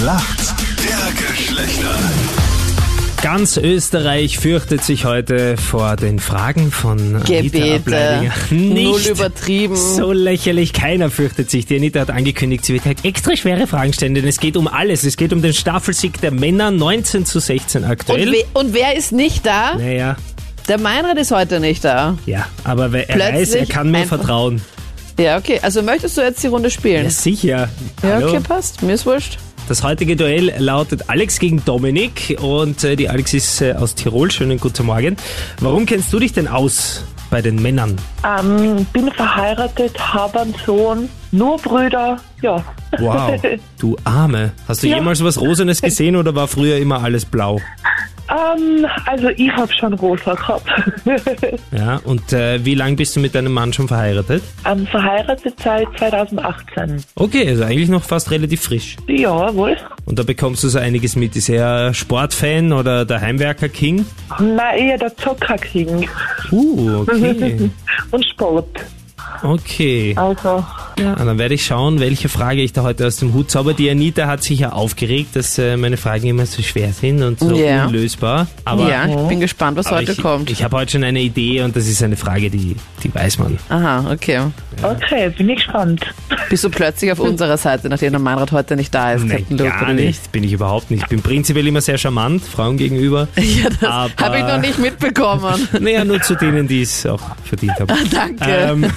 Schlacht der Geschlechter. Ganz Österreich fürchtet sich heute vor den Fragen von Anita Gebete. Ableidinger. Null übertrieben. So lächerlich, keiner fürchtet sich. Die Anita hat angekündigt, sie wird halt extra schwere Fragen stellen, denn es geht um alles. Es geht um den Staffelsieg der Männer, 19:16 aktuell. Und wer ist nicht da? Naja, Der Meinrad ist heute nicht da. ja, aber er Plötzlich weiß, er kann mir einfach- vertrauen. Ja, okay. Also möchtest du jetzt die Runde spielen? Ja, sicher. Ja, Hallo? okay, passt. Mir ist wurscht. Das heutige Duell lautet Alex gegen Dominik und die Alex ist aus Tirol. Schönen guten Morgen. Warum kennst du dich denn aus bei den Männern? Bin verheiratet, habe einen Sohn, nur Brüder, ja. Wow, du Arme. Hast du Ja. jemals was Rosanes gesehen oder war früher immer alles blau? Also ich habe schon rosa gehabt. Ja, und wie lange bist du mit deinem Mann schon verheiratet? Verheiratet seit 2018. Okay, also eigentlich noch fast relativ frisch. Ja, wohl. Und da bekommst du so einiges mit. Ist er Sportfan oder der Heimwerker-King? Nein, eher der Zockerking Okay. und Sport. Okay. Also, Ja, dann werde ich schauen, welche Frage ich da heute aus dem Hut zauber. Die Anita hat sich ja aufgeregt, dass meine Fragen immer so schwer sind und so Ja. unlösbar. Aber, Ja, ich bin gespannt, was aber heute ich, kommt. Ich habe heute schon eine Idee und das ist eine Frage, die weiß man. Aha, okay. okay, bin ich gespannt. Bist du plötzlich auf unserer Seite, nachdem der Meinrad heute nicht da ist, Nein, Captain Luke, gar oder wie? nicht. Bin ich überhaupt nicht. Ich bin prinzipiell immer sehr charmant, Frauen gegenüber. Ja, das Aber- habe ich noch nicht mitbekommen. Naja, nur zu denen, die es auch verdient haben. Danke.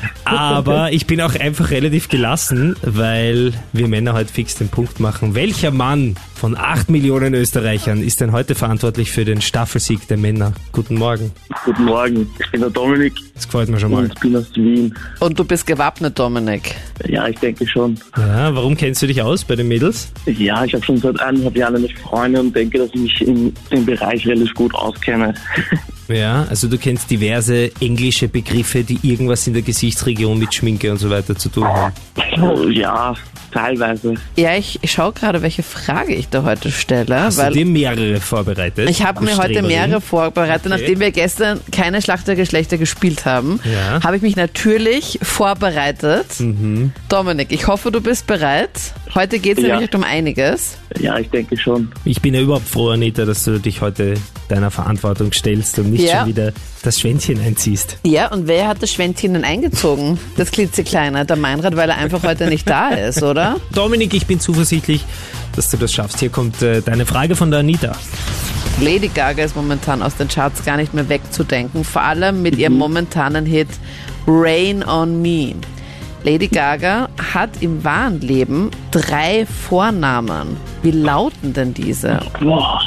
Aber ich bin auch einfach relativ gelassen, weil wir Männer heute fix den Punkt machen. Welcher Mann von 8 Millionen Österreichern ist denn heute verantwortlich für den Staffelsieg der Männer? Guten Morgen. Guten Morgen, ich bin der Dominik Das gefällt mir schon mal. und bin aus Wien. Und du bist gewappnet, Dominik. Ja, ich denke schon. Ja, warum kennst du dich aus bei den Mädels? Ja, ich habe schon seit 1,5 Jahren eine Freundin und denke, dass ich mich in dem Bereich relativ gut auskenne. Ja, also du kennst diverse englische Begriffe, die irgendwas in der Gesichtsregion mit Schminke und so weiter zu tun haben. Oh, ja, teilweise. Ja, ich schaue gerade, welche Frage ich da heute stelle, Hast du weil dir mehrere vorbereitet? ich habe Du mir heute Streberin? mehrere vorbereitet. Okay. Nachdem wir gestern keine Schlacht der Geschlechter gespielt haben, Ja. habe ich mich natürlich vorbereitet. Dominik, ich hoffe, du bist bereit. Heute geht es Ja. nämlich um einiges. Ja, ich denke schon. Ich bin ja überhaupt froh, Anita, dass du dich heute deiner Verantwortung stellst und nicht Ja. schon wieder das Schwänzchen einziehst. Ja, und wer hat das Schwänzchen denn eingezogen? Das klitzekleine, der Meinrad, weil er einfach heute nicht da ist, oder? Dominik, ich bin zuversichtlich, dass du das schaffst. Hier kommt deine Frage von der Anita. Lady Gaga ist momentan aus den Charts gar nicht mehr wegzudenken, vor allem mit ihrem momentanen Hit Rain on Me. Lady Gaga hat im wahren Leben 3 Vornamen. Wie lauten denn diese? Boah,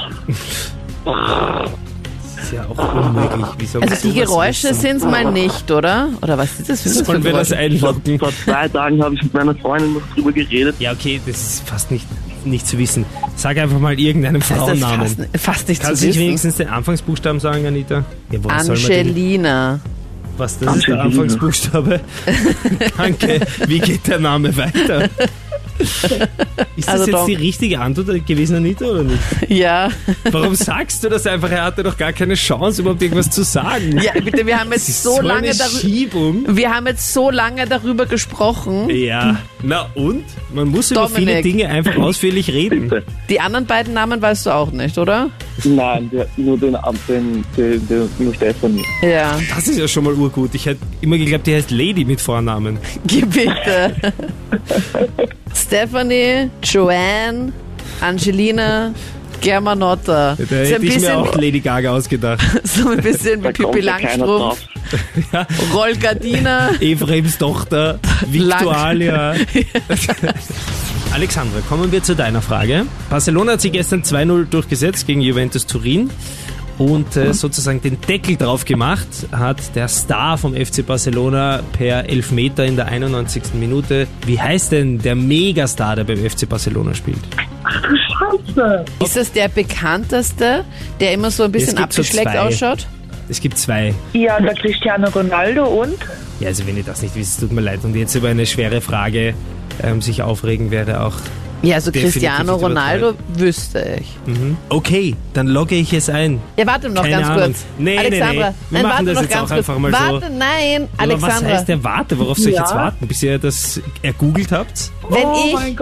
Das ist ja auch unmöglich. Wie soll man Also die sowas Geräusche wissen? sind es mal nicht, oder? Oder was ist das für ein Sollen wir das Geräusch? einloggen? vor 2 Tagen habe ich mit meiner Freundin noch drüber geredet. Ja, okay, das ist fast nicht zu wissen. Sag einfach mal irgendeinen Das ist Frauennamen. fast nicht Kannst zu du nicht wissen. wenigstens den Anfangsbuchstaben sagen, Anita? Ja, woher soll man den, Angelina. was, das ist der Angelina. Anfangsbuchstabe? Danke. Wie geht der Name weiter? Ist das Also jetzt Dom- die richtige Antwort gewesen, Anita, oder nicht? Ja. Warum sagst du das einfach? Er hatte doch gar keine Chance, überhaupt irgendwas zu sagen. Ja, bitte, wir haben Das jetzt ist so lange eine darüber. Schiebung. Wir haben jetzt so lange darüber gesprochen. Ja, na und? Man muss über viele Dominik. Dinge einfach ausführlich reden. Bitte. Die anderen beiden Namen weißt du auch nicht, oder? Nein, nur den nur Stefanie. Ja, Das ist ja schon mal urgut. Ich hätte immer geglaubt, die heißt Lady mit Vornamen. gib bitte. Stephanie, Joanne, Angelina, Germanotta. Da So hätte ein ich mir auch bisschen, Lady Gaga ausgedacht. so ein bisschen wie Da kommt Pippi ja keiner Langstrumpf, drauf. Rollgardina. Ephraims Tochter, Victualia. Alexandra, kommen wir zu deiner Frage. Barcelona hat sich gestern 2-0 durchgesetzt gegen Juventus Turin. Und sozusagen den Deckel drauf gemacht hat der Star vom FC Barcelona per Elfmeter in der 91. Minute. Wie heißt denn der Megastar, der beim FC Barcelona spielt? Scheiße. Ist das der bekannteste, der immer so ein bisschen Es gibt so abgeschleckt 2. ausschaut? Es gibt 2. Ja, der Cristiano Ronaldo und? Ja, also wenn ihr das nicht wisst, tut mir leid. Und jetzt über eine schwere Frage sich aufregen wäre auch... Ja, also Definitiv Cristiano Ronaldo wüsste ich. Okay, dann logge ich es ein. Ja, warte noch Keine ganz Ahnung. kurz. Nee, Alexandra, nee. Wir nein, machen warte das noch jetzt ganz auch kurz. einfach mal so. Warte, nein, Aber was Alexandra. heißt der Warte? Worauf soll ich Ja. jetzt warten, bis ihr das ergoogelt habt? Wenn Oh ich, mein Gott.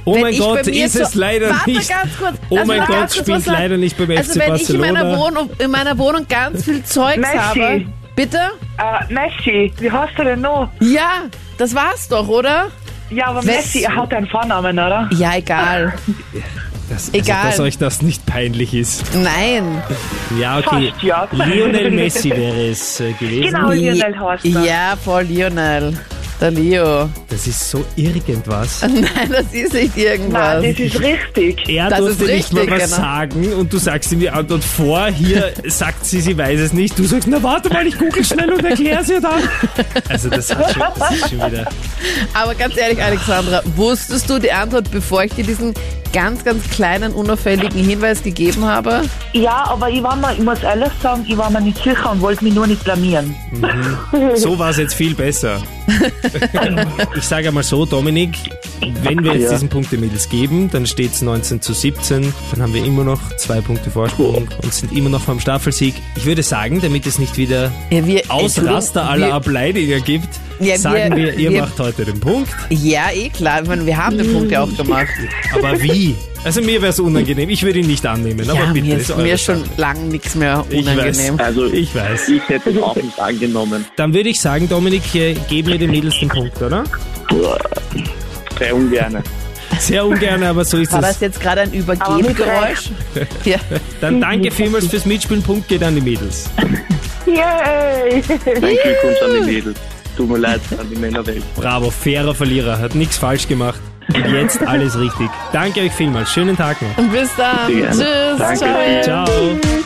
Oh wenn mein ich Gott, bei mir ist es leider Warte nicht. ganz kurz. Oh Lass mein mich Gott, ganz kurz spielt was sagen. leider nicht beim FC Also wenn ich Barcelona. in meiner Wohnung ganz viel Zeugs Messi. habe. Bitte? Messi, wie heißt du denn noch? Ja, das war's doch, oder? Ja, aber Messi. Messi, er hat einen Vornamen, oder? Ja, egal. Egal. Dass euch das nicht peinlich ist. Nein. Ja, okay. Fast, ja. Lionel Messi wäre es gewesen. Genau, Lionel heißt er. Ja, voll Lionel. Der Leo. Das ist so irgendwas. Nein, das ist nicht irgendwas. Nein, das ist richtig. Er Das durfte ist nicht mal richtig, was genau. sagen und du sagst ihm die Antwort vor. Hier sagt sie weiß es nicht. Du sagst, na warte mal, ich google schnell und erklär's ihr dann. Also das ist schon wieder... Aber ganz ehrlich, Alexandra, wusstest du die Antwort, bevor ich dir diesen ganz, ganz kleinen, unauffälligen Hinweis gegeben habe? Ja, aber ich muss ehrlich sagen, ich war mir nicht sicher und wollte mich nur nicht blamieren. So war es jetzt viel besser. Ich sage einmal so, Dominik, wenn wir jetzt diesen Punkt den Mädels geben, dann steht es 19:17, dann haben wir immer noch 2 Punkte Vorsprung und sind immer noch vom Staffelsieg. Ich würde sagen, damit es nicht wieder Ausraster aller Ableidiger gibt, Ja, sagen ihr wir- macht heute den Punkt. Ja, klar. Ich meine, wir haben den Punkt ja auch gemacht. Aber wie? Also mir wäre es unangenehm, ich würde ihn nicht annehmen, aber Ja, bitte. mir ist ist eure mir schon Sache. lang nichts mehr Ich unangenehm. Also Ich weiß. ich hätte es auch nicht angenommen. Dann würde ich sagen, Dominik, geben wir den Mädels den Punkt, oder? Sehr ungern. Sehr ungern, aber so ist War das es. jetzt gerade ein Übergebengeräusch? Ja. Dann danke vielmals fürs Mitspielen, Punkt geht an die Mädels. Yay! Ein Glückwunsch an die Mädels. Tut mir leid, an die Männerwelt. Bravo, fairer Verlierer, hat nichts falsch gemacht. Und jetzt alles richtig. Danke euch vielmals, schönen Tag noch. Bis dann. Sehr gerne. Tschüss. Danke. Ciao. Ciao.